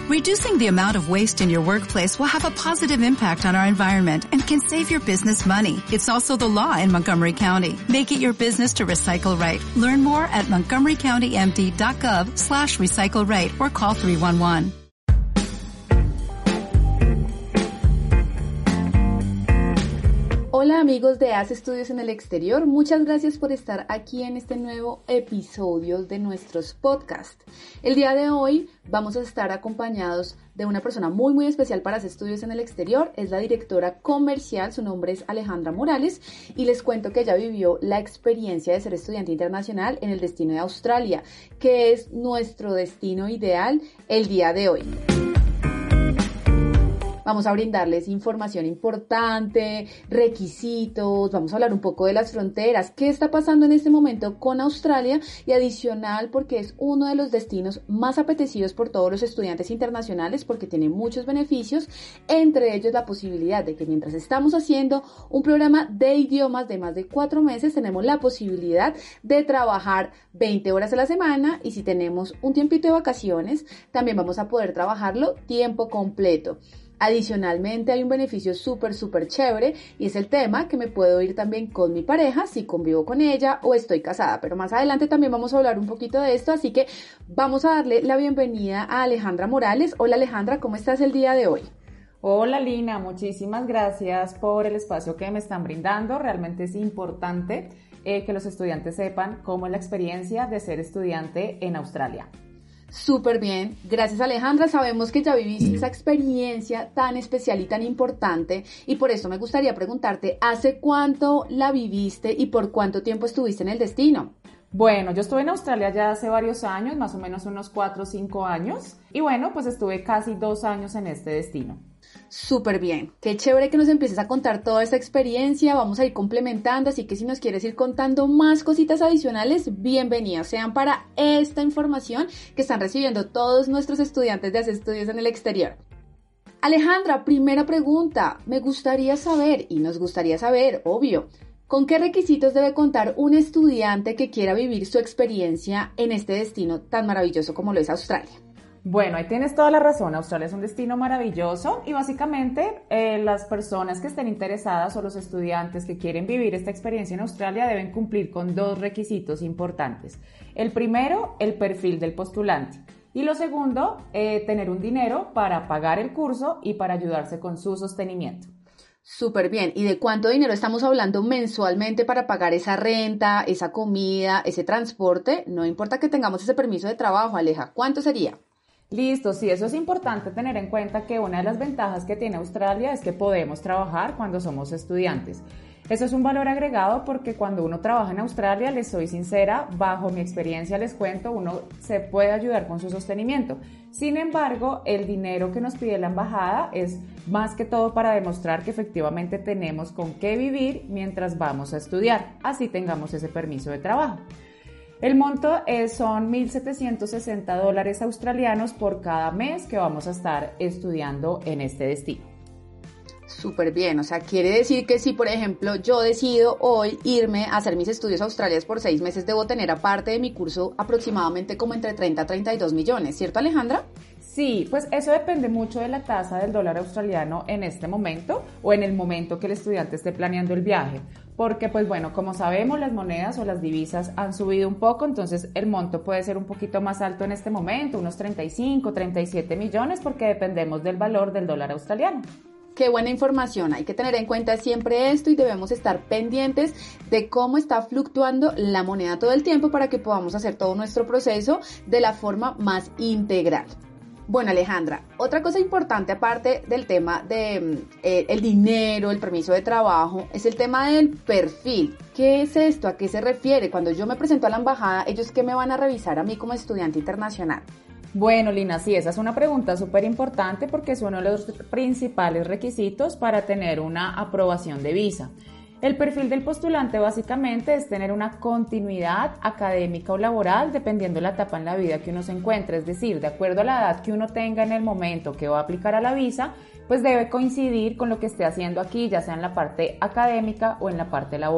Reducing the amount of waste in your workplace will have a positive impact on our environment and can save your business money. It's also the law in Montgomery County. Make it your business to recycle right. Learn more at montgomerycountymd.gov/recycle right or call 311. Hola amigos de ACE Estudios en el Exterior, muchas gracias por estar aquí en este nuevo episodio de nuestros podcasts. El día de hoy vamos a estar acompañados de una persona muy especial para ACE Estudios en el Exterior, es la directora comercial, su nombre es Alejandra Morales y les cuento que ella vivió la experiencia de ser estudiante internacional en el destino de Australia, que es nuestro destino ideal el día de hoy. Vamos a brindarles información importante, requisitos, vamos a hablar un poco de las fronteras, qué está pasando en este momento con Australia y adicional porque es uno de los destinos más apetecidos por todos los estudiantes internacionales porque tiene muchos beneficios, entre ellos la posibilidad de que mientras estamos haciendo un programa de idiomas de más de 4 meses, tenemos la posibilidad de trabajar 20 horas a la semana y si tenemos un tiempito de vacaciones, también vamos a poder trabajarlo tiempo completo. Adicionalmente hay un beneficio súper chévere y es el tema que me puedo ir también con mi pareja si convivo con ella o estoy casada, pero más adelante también vamos a hablar un poquito de esto, así que vamos a darle la bienvenida a Alejandra Morales. Hola Alejandra, ¿cómo estás el día de hoy? Hola Lina, muchísimas gracias por el espacio que me están brindando, realmente es importante que los estudiantes sepan cómo es la experiencia de ser estudiante en Australia. Súper bien, gracias Alejandra, sabemos que ya viviste esa experiencia tan especial y tan importante y por eso me gustaría preguntarte, ¿hace cuánto la viviste y por cuánto tiempo estuviste en el destino? Bueno, yo estuve en Australia ya hace varios años, más o menos unos 4 o 5 años y bueno, pues estuve casi 2 años en este destino. Súper bien, qué chévere que nos empieces a contar toda esta experiencia, vamos a ir complementando, así que si nos quieres ir contando más cositas adicionales, bienvenidas sean para esta información que están recibiendo todos nuestros estudiantes de ACE Estudios en el Exterior. Alejandra, primera pregunta, me gustaría saber, y nos gustaría saber, obvio, ¿con qué requisitos debe contar un estudiante que quiera vivir su experiencia en este destino tan maravilloso como lo es Australia? Bueno, ahí tienes toda la razón, Australia es un destino maravilloso y básicamente las personas que estén interesadas o los estudiantes que quieren vivir esta experiencia en Australia deben cumplir con 2 requisitos importantes. El primero, el perfil del postulante y lo segundo, tener un dinero para pagar el curso y para ayudarse con su sostenimiento. Súper bien, ¿y de cuánto dinero estamos hablando mensualmente para pagar esa renta, esa comida, ese transporte? No importa que tengamos ese permiso de trabajo, Aleja, ¿cuánto sería? Listo, sí, eso es importante tener en cuenta que una de las ventajas que tiene Australia es que podemos trabajar cuando somos estudiantes. Eso es un valor agregado porque cuando uno trabaja en Australia, les soy sincera, bajo mi experiencia les cuento, uno se puede ayudar con su sostenimiento. Sin embargo, el dinero que nos pide la embajada es más que todo para demostrar que efectivamente tenemos con qué vivir mientras vamos a estudiar, así tengamos ese permiso de trabajo. El monto son $1,760 australianos por cada mes que vamos a estar estudiando en este destino. Súper bien, o sea, quiere decir que si, por ejemplo, yo decido hoy irme a hacer mis estudios a Australia por 6 meses, debo tener aparte de mi curso aproximadamente como entre 30 a 32 millones, ¿cierto Alejandra? Sí, pues eso depende mucho de la tasa del dólar australiano en este momento o en el momento que el estudiante esté planeando el viaje. Porque pues bueno, como sabemos las monedas o las divisas han subido un poco, entonces el monto puede ser un poquito más alto en este momento, unos 35, 37 millones porque dependemos del valor del dólar australiano. Qué buena información, hay que tener en cuenta siempre esto y debemos estar pendientes de cómo está fluctuando la moneda todo el tiempo para que podamos hacer todo nuestro proceso de la forma más integral. Bueno Alejandra, otra cosa importante aparte del tema de el dinero, el permiso de trabajo, es el tema del perfil. ¿Qué es esto? ¿A qué se refiere? Cuando yo me presento a la embajada, ¿ellos qué me van a revisar a mí como estudiante internacional? Bueno, Lina, sí, esa es una pregunta súper importante porque es uno de los principales requisitos para tener una aprobación de visa. El perfil del postulante básicamente es tener una continuidad académica o laboral dependiendo de la etapa en la vida que uno se encuentre, es decir, de acuerdo a la edad que uno tenga en el momento que va a aplicar a la visa, pues debe coincidir con lo que esté haciendo aquí, ya sea en la parte académica o en la parte laboral.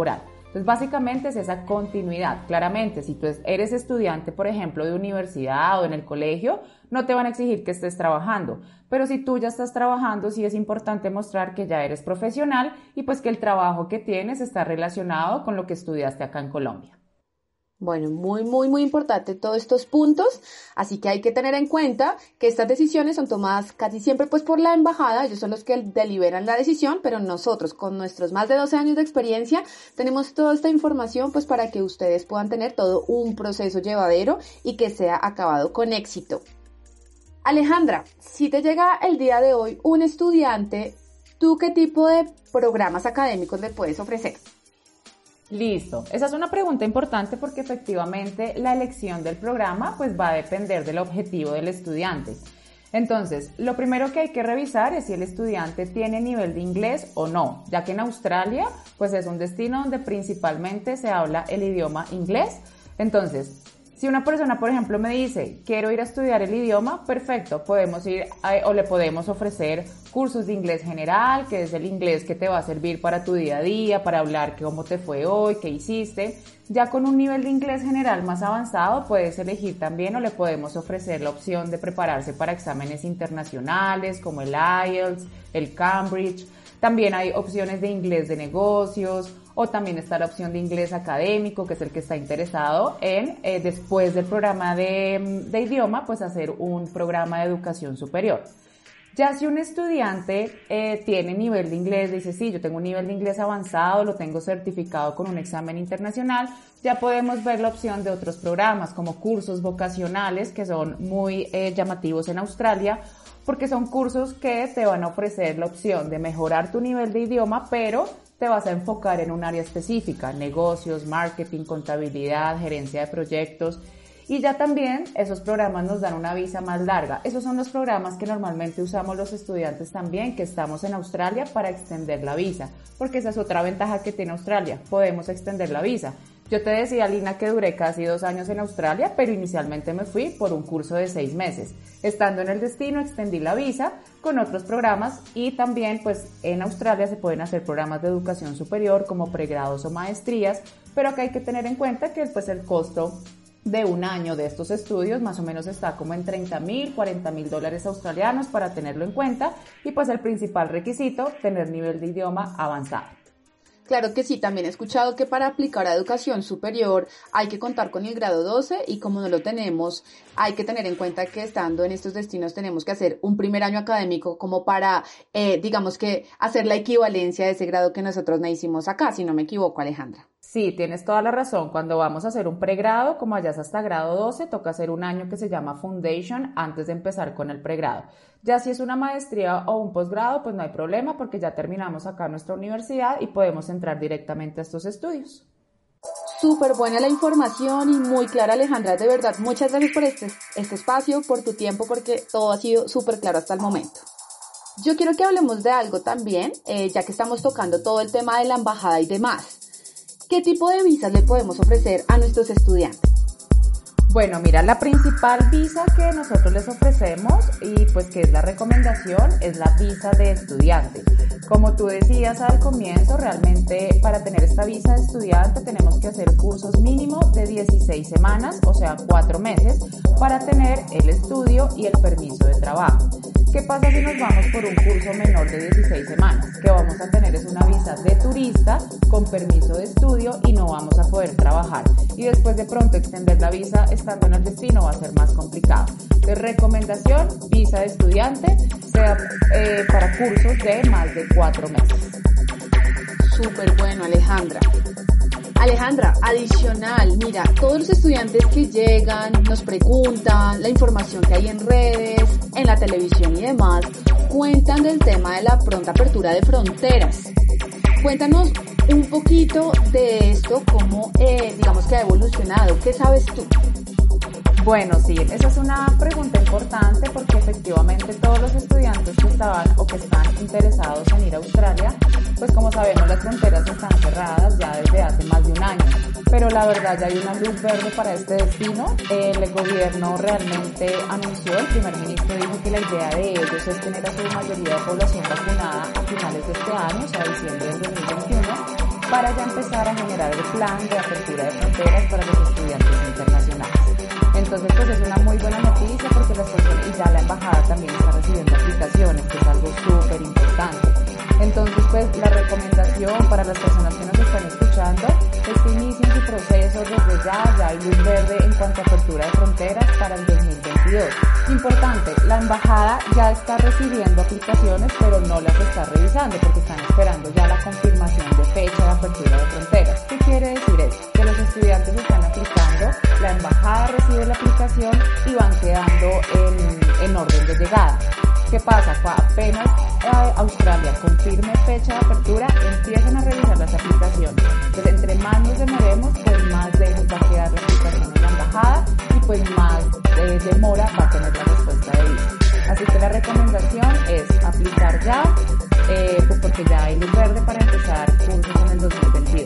Entonces, básicamente es esa continuidad. Claramente, si tú eres estudiante, por ejemplo, de universidad o en el colegio, no te van a exigir que estés trabajando. Pero si tú ya estás trabajando, sí es importante mostrar que ya eres profesional y pues que el trabajo que tienes está relacionado con lo que estudiaste acá en Colombia. Bueno, muy importante todos estos puntos, así que hay que tener en cuenta que estas decisiones son tomadas casi siempre pues por la embajada, ellos son los que deliberan la decisión, pero nosotros con nuestros más de 12 años de experiencia tenemos toda esta información pues para que ustedes puedan tener todo un proceso llevadero y que sea acabado con éxito. Alejandra, si te llega el día de hoy un estudiante, ¿tú qué tipo de programas académicos le puedes ofrecer? Listo. Esa es una pregunta importante porque efectivamente la elección del programa pues va a depender del objetivo del estudiante. Entonces, lo primero que hay que revisar es si el estudiante tiene nivel de inglés o no, ya que en Australia pues es un destino donde principalmente se habla el idioma inglés. Entonces, si una persona, por ejemplo, me dice, quiero ir a estudiar el idioma, perfecto, podemos ir o le podemos ofrecer cursos de inglés general, que es el inglés que te va a servir para tu día a día, para hablar cómo te fue hoy, qué hiciste. Ya con un nivel de inglés general más avanzado, puedes elegir también o le podemos ofrecer la opción de prepararse para exámenes internacionales como el IELTS, el Cambridge. También hay opciones de inglés de negocios, o también está la opción de inglés académico, que es el que está interesado en, después del programa de idioma, pues hacer un programa de educación superior. Ya si un estudiante tiene nivel de inglés, dice, sí, yo tengo un nivel de inglés avanzado, lo tengo certificado con un examen internacional, ya podemos ver la opción de otros programas como cursos vocacionales, que son muy llamativos en Australia, porque son cursos que te van a ofrecer la opción de mejorar tu nivel de idioma, pero te vas a enfocar en un área específica, negocios, marketing, contabilidad, gerencia de proyectos. Y ya también esos programas nos dan una visa más larga. Esos son los programas que normalmente usamos los estudiantes también que estamos en Australia para extender la visa, porque esa es otra ventaja que tiene Australia, podemos extender la visa. Yo te decía, Lina, que duré casi 2 años en Australia, pero inicialmente me fui por un curso de 6 meses. Estando en el destino, extendí la visa con otros programas y también pues en Australia se pueden hacer programas de educación superior como pregrados o maestrías, pero acá hay que tener en cuenta que pues el costo de un año de estos estudios más o menos está como en $30,000, $40,000 australianos para tenerlo en cuenta y pues el principal requisito, tener nivel de idioma avanzado. Claro que sí, también he escuchado que para aplicar a educación superior hay que contar con el grado 12 y como no lo tenemos, hay que tener en cuenta que estando en estos destinos tenemos que hacer un primer año académico como para, digamos que hacer la equivalencia de ese grado que nosotros no hicimos acá, si no me equivoco, Alejandra. Sí, tienes toda la razón. Cuando vamos a hacer un pregrado, como allá es hasta grado 12, toca hacer un año que se llama Foundation antes de empezar con el pregrado. Ya si es una maestría o un posgrado, pues no hay problema porque ya terminamos acá nuestra universidad y podemos entrar directamente a estos estudios. Súper buena la información y muy clara, Alejandra. De verdad, muchas gracias por este espacio, por tu tiempo, porque todo ha sido súper claro hasta el momento. Yo quiero que hablemos de algo también, ya que estamos tocando todo el tema de la embajada y demás. ¿Qué tipo de visas le podemos ofrecer a nuestros estudiantes? Bueno, mira, la principal visa que nosotros les ofrecemos y pues que es la recomendación es la visa de estudiante. Como tú decías al comienzo, realmente para tener esta visa de estudiante tenemos que hacer cursos mínimos de 16 semanas, o sea 4 meses, para tener el estudio y el permiso de trabajo. ¿Qué pasa si nos vamos por un curso menor de 16 semanas? Que vamos a tener es una visa de turista con permiso de estudio y no vamos a poder trabajar. Y después de pronto extender la visa estando en el destino va a ser más complicado. De recomendación, visa de estudiante, sea para cursos de más de 4 meses. Súper bueno, Alejandra. Alejandra, adicional, mira, todos los estudiantes que llegan, nos preguntan, la información que hay en redes, en la televisión y demás, cuentan del tema de la pronta apertura de fronteras. Cuéntanos un poquito de esto, cómo, digamos que ha evolucionado, ¿qué sabes tú? Bueno, sí, esa es una pregunta importante porque efectivamente todos los estudiantes que estaban o que están interesados en ir a Australia, pues como sabemos las fronteras están cerradas ya desde hace más de un año, pero la verdad ya hay una luz verde para este destino. El gobierno realmente anunció, el primer ministro dijo que la idea de ellos es tener a su mayoría de población vacunada a finales de este año, o sea, diciembre del 2021, para ya empezar a generar el plan de apertura de fronteras para los estudiantes internacionales. Entonces, pues es una muy buena noticia porque las personas, y ya la embajada también está recibiendo aplicaciones, que es algo súper importante. Entonces, pues la recomendación para las personas que nos están escuchando es que inicien su proceso desde ya hay luz verde en cuanto a apertura de fronteras para el 2022. Importante, la embajada ya está recibiendo aplicaciones, pero no las está revisando porque están esperando ya la confirmación de fecha de apertura de fronteras. ¿Qué quiere decir eso? Que los estudiantes están aplicando, la embajada recibe la aplicación y van quedando en orden de llegada. ¿Qué pasa? Apenas Australia confirme fecha de apertura, empiezan a revisar las aplicaciones. Entonces, entre más nos demoremos, pues más lejos va a quedar la aplicación en la embajada y pues más demora va a tener la respuesta de visa. Así que la recomendación es aplicar ya, pues porque ya hay luz verde para empezar cursos en el 2022.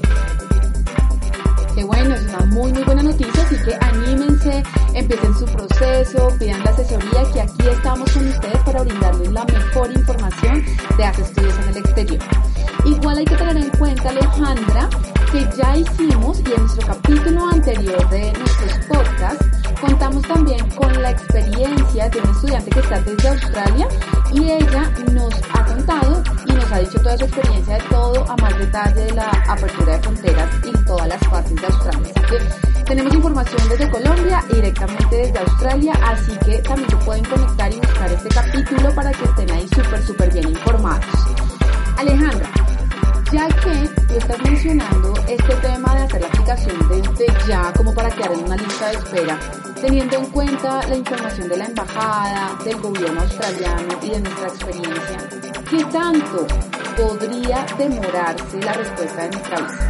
Qué bueno, es una muy buena noticia, así que anímense, empiecen su proceso, pidan la asesoría, que aquí estamos con ustedes para brindarles la mejor información de hacer estudios en el exterior. Igual hay que tener en cuenta, Alejandra, que ya hicimos, y en nuestro capítulo anterior de nuestros podcasts, contamos también con la experiencia de un estudiante que está desde Australia, y ella nos ha contado y nos ha dicho toda su experiencia de todo a más detalle de la apertura de fronteras y todas las fases de Australia. Así que tenemos información desde Colombia y directamente desde Australia, así que también se pueden conectar y buscar este capítulo para que estén ahí súper bien informados. Alejandra, ya que tú estás mencionando este tema de hacer la aplicación desde ya como para quedar en una lista de espera, teniendo en cuenta la información de la embajada, del gobierno australiano y de nuestra experiencia, ¿qué tanto podría demorarse la respuesta de nuestra visa?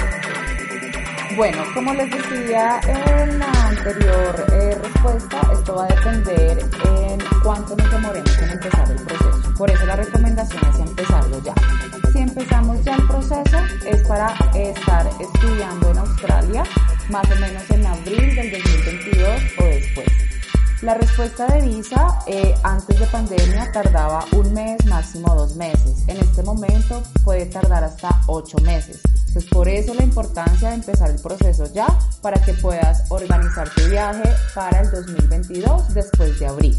Bueno, como les decía en la anterior respuesta, esto va a depender en cuánto nos demoremos en empezar el proceso. Por eso la recomendación es empezarlo ya. Si empezamos ya el proceso, es para estar estudiando en Australia, más o menos en abril del 2022 o después. La respuesta de visa antes de pandemia tardaba 1 mes, máximo 2 meses. En este momento puede tardar hasta 8 meses. Entonces, por eso la importancia de empezar el proceso ya, para que puedas organizar tu viaje para el 2022 después de abril.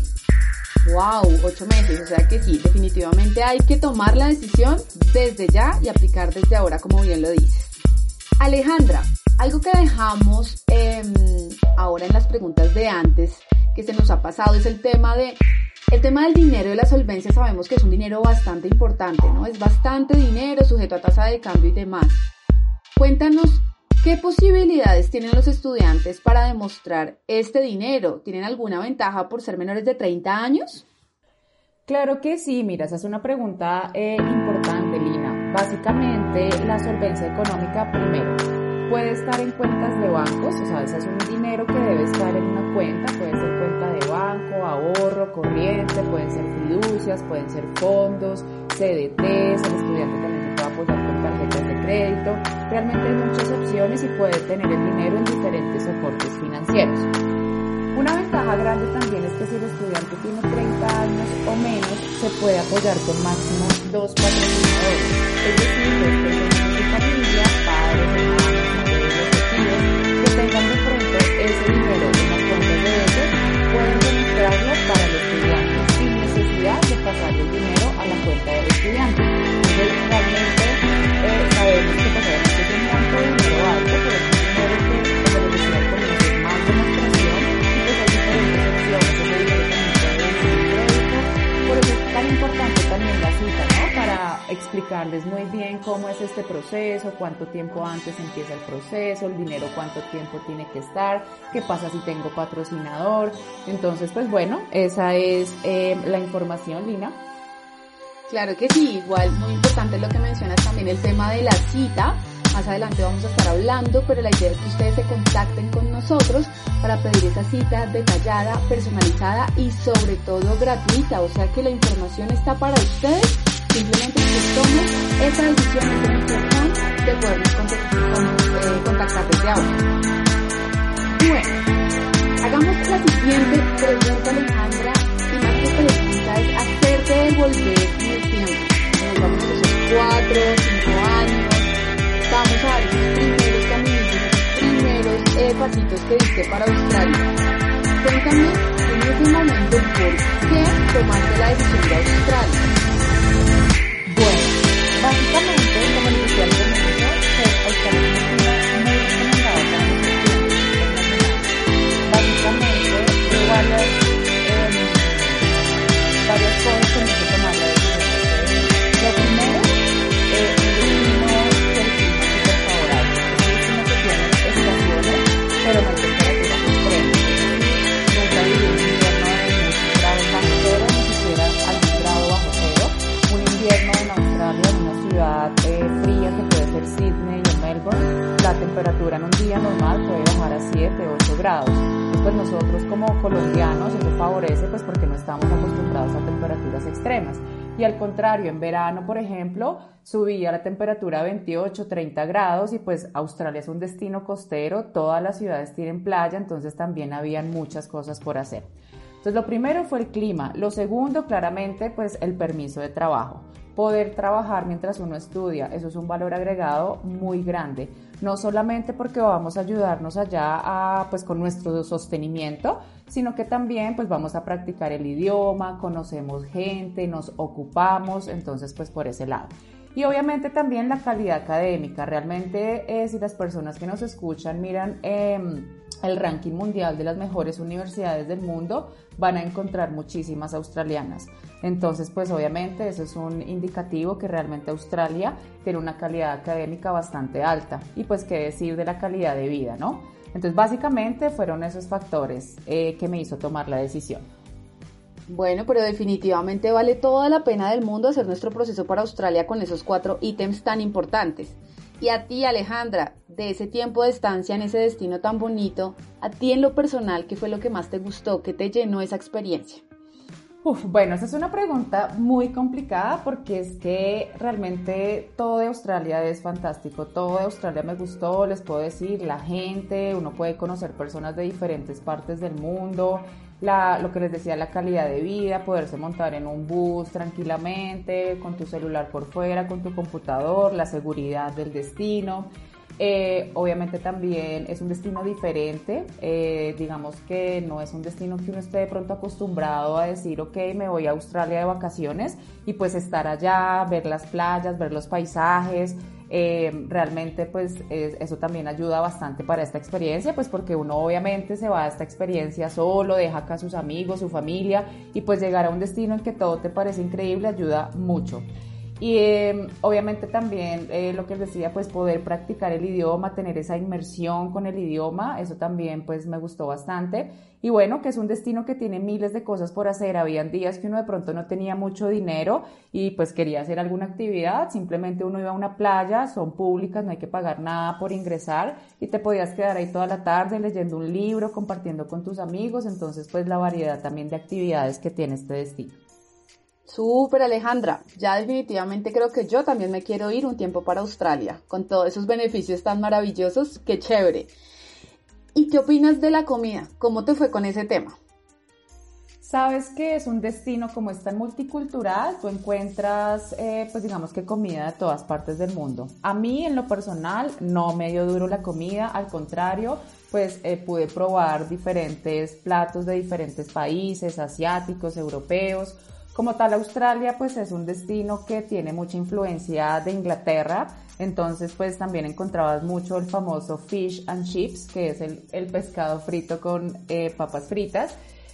¡Wow! 8 meses, o sea que sí, definitivamente hay que tomar la decisión desde ya y aplicar desde ahora, como bien lo dices. Alejandra, algo que dejamos ahora en las preguntas de antes, que se nos ha pasado, es el tema del dinero y la solvencia. Sabemos que es un dinero bastante importante, ¿no? Es bastante dinero sujeto a tasa de cambio y demás. Cuéntanos, ¿qué posibilidades tienen los estudiantes para demostrar este dinero? ¿Tienen alguna ventaja por ser menores de 30 años? Claro que sí, mira, esa es una pregunta importante, Lina. Básicamente, la solvencia económica, primero, puede estar en cuentas de bancos, o sea, ese es un dinero que debe estar en una cuenta, puede ser cuenta de banco, ahorro, corriente, pueden ser fiducias, pueden ser fondos, CDTs, el estudiante también se puede apoyar con tarjetas de crédito. Realmente hay muchas opciones y puede tener el dinero en diferentes soportes financieros. Una ventaja grande también es que si el estudiante tiene 30 años o menos, se puede apoyar con máximo 2 patrocinadores, es decir, 2 personas de su familia, padres, hermanos, respectivos, que tengan de pronto ese dinero en las cuentas de ellos, pueden demostrarlo para el estudiante sin necesidad de pasarle el dinero a la cuenta del estudiante. Entonces, realmente sabemos que posiblemente es un monto de dinero alto, pero es un dinero que, como les decía, conoce más demostración y pues hay diferentes opciones. Ese dinero también puede ser un crédito. Por eso es tan importante también la cita, ¿no? Para explicarles muy bien cómo es este proceso, cuánto tiempo antes empieza el proceso, el dinero cuánto tiempo tiene que estar, qué pasa si tengo patrocinador. Entonces, pues bueno, esa es la información, Lina. Claro que sí, igual muy importante lo que mencionas también, el tema de la cita. Más adelante vamos a estar hablando, pero la idea es que ustedes se contacten con nosotros para pedir esa cita detallada, personalizada y sobre todo gratuita. O sea que la información está para ustedes, simplemente que tomen esa decisión, esa información de podernos contactar desde ahora. Y bueno, hagamos la siguiente pregunta, Alejandra, y más que pregunta es hacerte devolver en el tiempo. Nos vamos a esos 4 o 5 años. Vamos fuiste para Australia. Cuéntame en ese momento por qué tomaste la decisión de Australia. Bueno, básicamente, como les decía al comienzo, Australia es un destino muy recomendado para los estudiantes internacionales. Básicamente, hay varias cosas que nos tomar la decisión. Lo primero, un destino que el clima es súper favorable. Es un destino que tiene estaciones, pero no hay temperaturas extremas. Nunca viví un invierno de muchos grados bajo cero, ni siquiera algún grado bajo cero. Un invierno en Australia, en una ciudad fría que puede ser Sydney o Melbourne, la temperatura en un día normal puede bajar a 7 o 8 grados. Pues nosotros como colombianos eso favorece pues porque no estamos acostumbrados a temperaturas extremas. Y al contrario, en verano, por ejemplo, subía la temperatura a 28, 30 grados y pues Australia es un destino costero, todas las ciudades tienen playa, entonces también habían muchas cosas por hacer. Entonces lo primero fue el clima, lo segundo claramente pues el permiso de trabajo. Poder trabajar mientras uno estudia, eso es un valor agregado muy grande, no solamente porque vamos a ayudarnos allá pues con nuestro sostenimiento, sino que también pues vamos a practicar el idioma, conocemos gente, nos ocupamos, entonces pues por ese lado. Y obviamente también la calidad académica, realmente si las personas que nos escuchan miran el ranking mundial de las mejores universidades del mundo, van a encontrar muchísimas australianas. Entonces, pues obviamente eso es un indicativo que realmente Australia tiene una calidad académica bastante alta. Y pues qué decir de la calidad de vida, ¿no? Entonces, básicamente fueron esos factores que me hizo tomar la decisión. Bueno, pero definitivamente vale toda la pena del mundo hacer nuestro proceso para Australia con esos 4 ítems tan importantes. Y a ti, Alejandra, de ese tiempo de estancia en ese destino tan bonito, a ti en lo personal, ¿qué fue lo que más te gustó? ¿Qué te llenó esa experiencia? Bueno, esa es una pregunta muy complicada porque es que realmente todo de Australia es fantástico, todo de Australia me gustó, les puedo decir, la gente, uno puede conocer personas de diferentes partes del mundo, lo que les decía, la calidad de vida, poderse montar en un bus tranquilamente, con tu celular por fuera, con tu computador, la seguridad del destino. Obviamente también es un destino diferente, digamos que no es un destino que uno esté de pronto acostumbrado a decir, ok, me voy a Australia de vacaciones y pues estar allá, ver las playas, ver los paisajes, realmente pues eso también ayuda bastante para esta experiencia, pues porque uno obviamente se va a esta experiencia solo, deja acá a sus amigos, su familia y pues llegar a un destino en que todo te parece increíble ayuda mucho. Y obviamente también lo que les decía, pues poder practicar el idioma, tener esa inmersión con el idioma, eso también pues me gustó bastante. Y bueno, que es un destino que tiene miles de cosas por hacer, habían días que uno de pronto no tenía mucho dinero y pues quería hacer alguna actividad, simplemente uno iba a una playa, son públicas, no hay que pagar nada por ingresar y te podías quedar ahí toda la tarde leyendo un libro, compartiendo con tus amigos, entonces pues la variedad también de actividades que tiene este destino. Súper, Alejandra, ya definitivamente creo que yo también me quiero ir un tiempo para Australia, con todos esos beneficios tan maravillosos, qué chévere. ¿Y qué opinas de la comida? ¿Cómo te fue con ese tema? Sabes que es un destino como es tan multicultural, tú encuentras pues digamos que comida de todas partes del mundo. A mí en lo personal no me dio duro la comida, al contrario, pues pude probar diferentes platos de diferentes países, asiáticos, europeos. Como tal, Australia pues es un destino que tiene mucha influencia de Inglaterra, entonces pues también encontrabas mucho el famoso fish and chips, que es el pescado frito con papas fritas.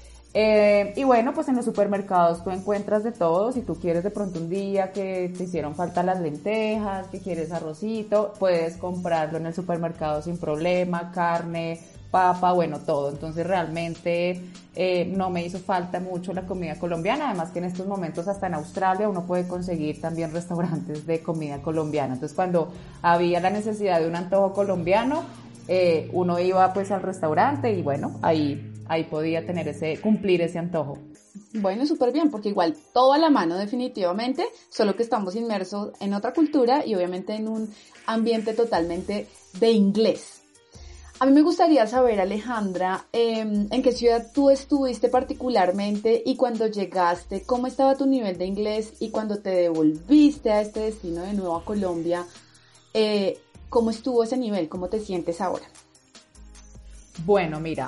Y bueno, pues en los supermercados tú encuentras de todo, si tú quieres de pronto un día que te hicieron falta las lentejas, que quieres arrocito, puedes comprarlo en el supermercado sin problema, carne, papa, bueno, todo. Entonces realmente no me hizo falta mucho la comida colombiana, además que en estos momentos hasta en Australia uno puede conseguir también restaurantes de comida colombiana. Entonces cuando había la necesidad de un antojo colombiano, uno iba pues al restaurante y bueno, ahí podía cumplir ese antojo. Bueno, súper bien, porque igual todo a la mano definitivamente, solo que estamos inmersos en otra cultura y obviamente en un ambiente totalmente de inglés. A mí me gustaría saber, Alejandra, en qué ciudad tú estuviste particularmente y cuando llegaste, cómo estaba tu nivel de inglés y cuando te devolviste a este destino de nuevo a Colombia, ¿cómo estuvo ese nivel? ¿Cómo te sientes ahora? Bueno, mira,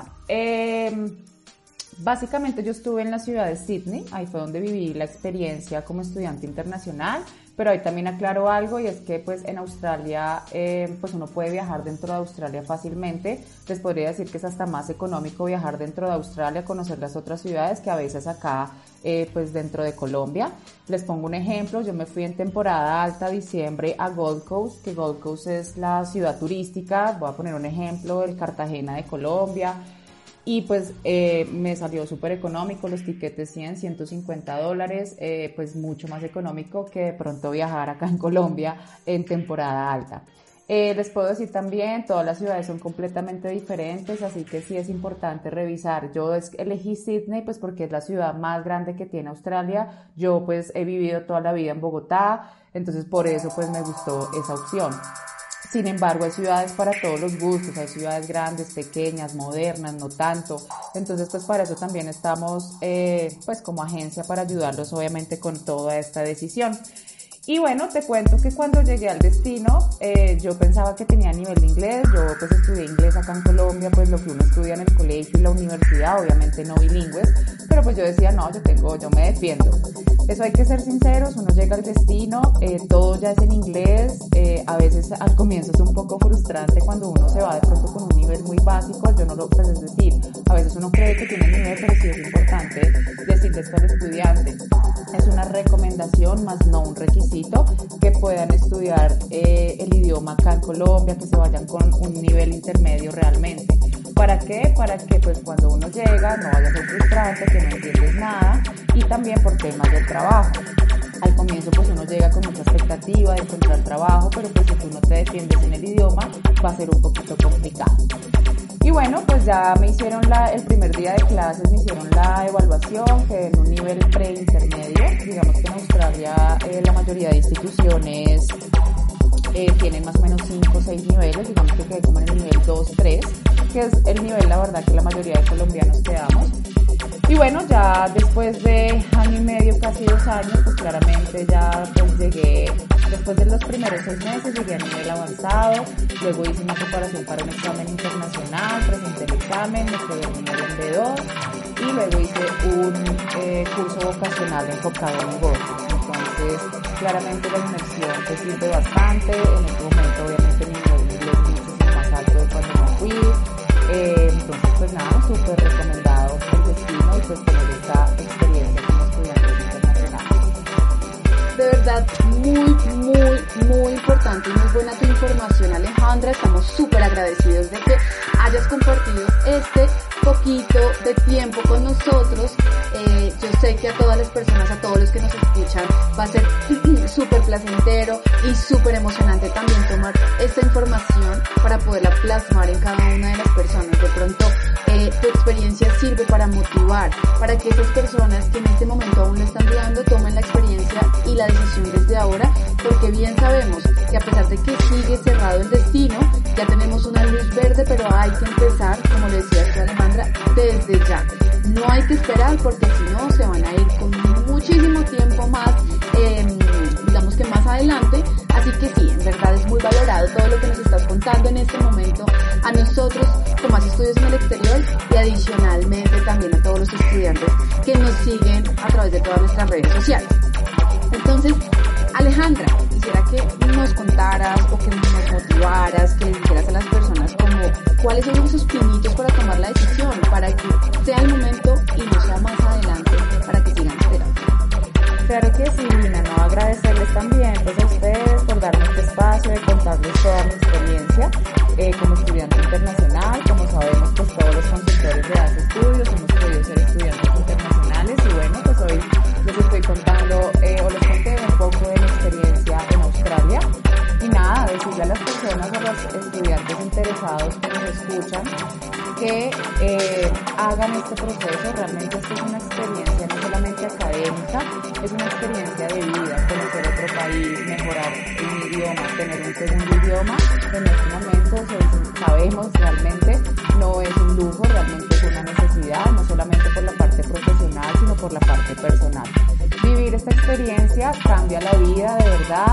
básicamente yo estuve en la ciudad de Sydney, ahí fue donde viví la experiencia como estudiante internacional, pero ahí también aclaro algo y es que pues en Australia pues uno puede viajar dentro de Australia fácilmente. Les podría decir que es hasta más económico viajar dentro de Australia, conocer las otras ciudades que a veces acá pues dentro de Colombia. Les pongo un ejemplo, yo me fui en temporada alta, diciembre, a Gold Coast, que Gold Coast es la ciudad turística, voy a poner un ejemplo, el Cartagena de Colombia. Y pues me salió súper económico, los tiquetes $100, $150, pues mucho más económico que de pronto viajar acá en Colombia en temporada alta. Les puedo decir también, todas las ciudades son completamente diferentes, así que sí es importante revisar. Yo elegí Sydney pues porque es la ciudad más grande que tiene Australia. Yo pues he vivido toda la vida en Bogotá, entonces por eso pues me gustó esa opción. Sin embargo, hay ciudades para todos los gustos, hay ciudades grandes, pequeñas, modernas, no tanto. Entonces, pues para eso también estamos, pues como agencia para ayudarlos obviamente con toda esta decisión. Y bueno, te cuento que cuando llegué al destino, yo pensaba que tenía nivel de inglés. Yo pues estudié inglés acá en Colombia, pues lo que uno estudia en el colegio y la universidad, obviamente no bilingües, pero pues yo decía, no, yo me defiendo. Eso hay que ser sinceros, uno llega al destino, todo ya es en inglés, a veces al comienzo es un poco frustrante cuando uno se va de pronto con un nivel muy básico, yo no lo, pues es decir, a veces uno cree que tiene nivel, pero sí es importante decirles al estudiante, es una recomendación más no un requisito, que puedan estudiar el idioma acá en Colombia, que se vayan con un nivel intermedio realmente. ¿Para qué? Para que pues cuando uno llega no vaya a ser frustrante, que no entiendes nada, y también por temas del trabajo. Al comienzo pues uno llega con mucha expectativa de encontrar trabajo, pero pues si tú no te defiendes en el idioma va a ser un poquito complicado. Y bueno, pues ya me hicieron el primer día de clases, me hicieron la evaluación, que en un nivel pre-intermedio, digamos que en Australia la mayoría de instituciones tienen más o menos 5 o 6 niveles, digamos que quedé como en el nivel 2, 3, que es el nivel, la verdad, que la mayoría de colombianos quedamos. Y bueno, ya después de año y medio, casi 2 años, pues claramente ya pues llegué, después de los primeros 6 meses llegué a nivel avanzado, luego hice una preparación para un examen internacional, presenté el examen, me quedé en nivel B2 y luego hice un curso vocacional enfocado en negocios. Entonces, claramente la inmersión te sirve bastante, en este momento obviamente mi nivel de inglés es muchísimo más alto de cuando me fui. Entonces pues nada, súper recomendado el destino y pues tener esta experiencia como estudiantes internacionales. De verdad, muy importante y muy buena tu información, Alejandra. Estamos súper agradecidos de que hayas compartido este poquito de tiempo con nosotros. Yo sé que a todas las personas, a todos los que nos escuchan, va a ser súper placentero y súper emocionante también tomar esta información para poderla plasmar en cada una de las personas. De pronto, tu experiencia sirve para motivar, para que esas personas que en este momento aún lo están dudando tomen la experiencia y la decisión desde ahora, porque bien sabemos que a pesar de que sigue cerrado el destino, ya tenemos una luz verde, pero hay que empezar, como le decía Alejandra, desde ya. No hay que esperar porque si no se van a ir con muchísimo tiempo más, digamos que más adelante. Así que sí, en verdad es muy valorado todo lo que nos estás contando en este momento a nosotros como Haz Estudios en el Exterior y adicionalmente también a todos los estudiantes que nos siguen a través de todas nuestras redes sociales. Entonces, Alejandra, quisiera que nos contaras o que nos motivaras, que dijeras a las personas como cuáles son esos pinitos para tomar la decisión, para que sea el momento y no sea más adelante, para que sigan esperando. Claro que sí, Lina, no, agradecerles también pues a ustedes por darme este espacio de contarles toda mi experiencia como estudiante internacional. Como sabemos, pues todos los consultores de Haz Estudios hemos podido ser estudiantes internacionales y bueno, pues hoy les estoy contando o les conté un poco de mi experiencia en Australia. Y nada, decirle a las personas, a los estudiantes interesados que nos escuchan, que hagan este proceso. Realmente esto es una experiencia no solamente académica, es una experiencia de vida, conocer otro país, mejorar un idioma, tener un segundo idioma. En este momento sabemos realmente no es un lujo, realmente es una necesidad, no solamente por la parte profesional, sino por la parte personal. Vivir esta experiencia cambia la vida, de verdad.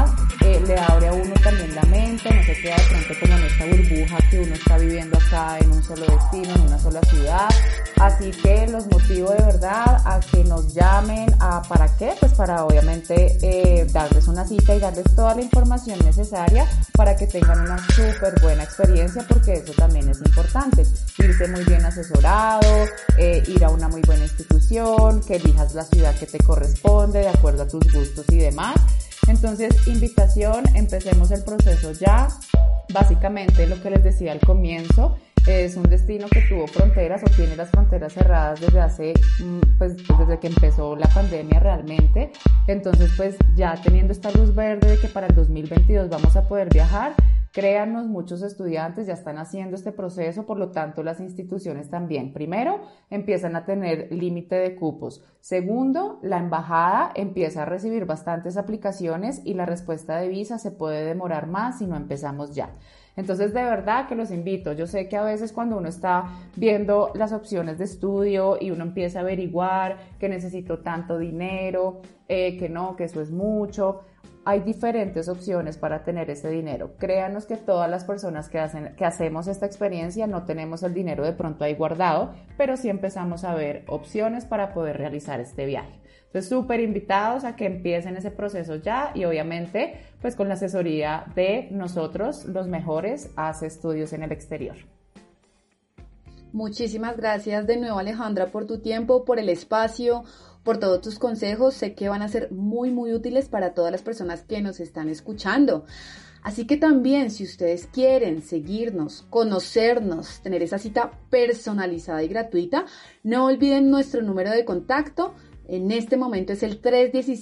le abre a uno también la mente, no se queda de pronto como en esta burbuja que uno está viviendo acá en un solo destino, en una sola ciudad. Así que los motivo de verdad a que nos llamen. ¿Para qué? Pues para obviamente darles una cita y darles toda la información necesaria para que tengan una súper buena experiencia, porque eso también es importante. Irte muy bien asesorado, ir a una muy buena institución, que elijas la ciudad que te corresponde de acuerdo a tus gustos y demás. Entonces, invitación, empecemos el proceso ya. Básicamente lo que les decía al comienzo, es un destino que tuvo fronteras o tiene las fronteras cerradas desde hace, pues desde que empezó la pandemia realmente. Entonces, pues ya teniendo esta luz verde de que para el 2022 vamos a poder viajar, créanos, muchos estudiantes ya están haciendo este proceso, por lo tanto las instituciones también. Primero, empiezan a tener límite de cupos. Segundo, la embajada empieza a recibir bastantes aplicaciones y la respuesta de visa se puede demorar más si no empezamos ya. Entonces, de verdad que los invito. Yo sé que a veces cuando uno está viendo las opciones de estudio y uno empieza a averiguar que necesito tanto dinero, que no, que eso es mucho, hay diferentes opciones para tener ese dinero. Créanos que todas las personas que hacemos esta experiencia no tenemos el dinero de pronto ahí guardado, pero sí empezamos a ver opciones para poder realizar este viaje. Entonces, súper invitados a que empiecen ese proceso ya y obviamente pues con la asesoría de nosotros, los mejores Hace Estudios en el Exterior. Muchísimas gracias de nuevo, Alejandra, por tu tiempo, por el espacio, por todos tus consejos. Sé que van a ser muy, muy útiles para todas las personas que nos están escuchando. Así que también, si ustedes quieren seguirnos, conocernos, tener esa cita personalizada y gratuita, no olviden nuestro número de contacto. En este momento es el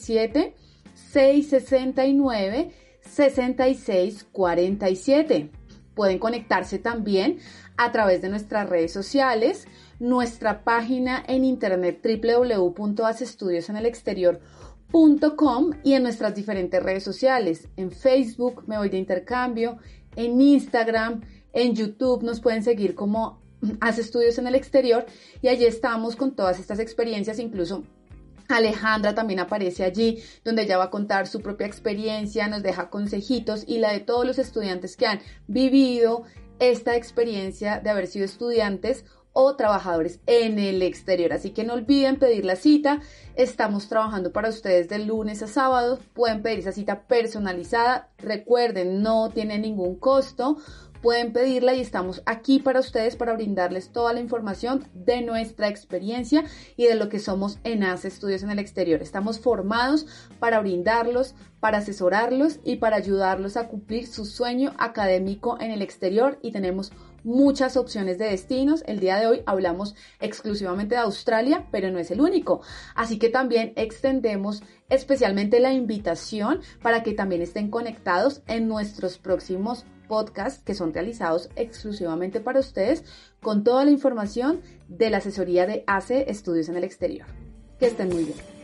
317-669-6647. Pueden conectarse también a través de nuestras redes sociales, nuestra página en internet www.haceestudiosenelexterior.com y en nuestras diferentes redes sociales, en Facebook, Me Voy de Intercambio, en Instagram, en YouTube nos pueden seguir como Hace Estudios en el Exterior y allí estamos con todas estas experiencias, incluso Alejandra también aparece allí, donde ella va a contar su propia experiencia, nos deja consejitos y la de todos los estudiantes que han vivido esta experiencia de haber sido estudiantes o trabajadores en el exterior. Así que no olviden pedir la cita. Estamos trabajando para ustedes de lunes a sábado. Pueden pedir esa cita personalizada. Recuerden, no tiene ningún costo. Pueden pedirla y estamos aquí para ustedes para brindarles toda la información de nuestra experiencia y de lo que somos en Hace Estudios en el Exterior. Estamos formados para brindarlos, para asesorarlos y para ayudarlos a cumplir su sueño académico en el exterior y tenemos muchas opciones de destinos. El día de hoy hablamos exclusivamente de Australia, pero no es el único. Así que también extendemos especialmente la invitación para que también estén conectados en nuestros próximos podcasts que son realizados exclusivamente para ustedes con toda la información de la asesoría de Hace Estudios en el Exterior. Que estén muy bien.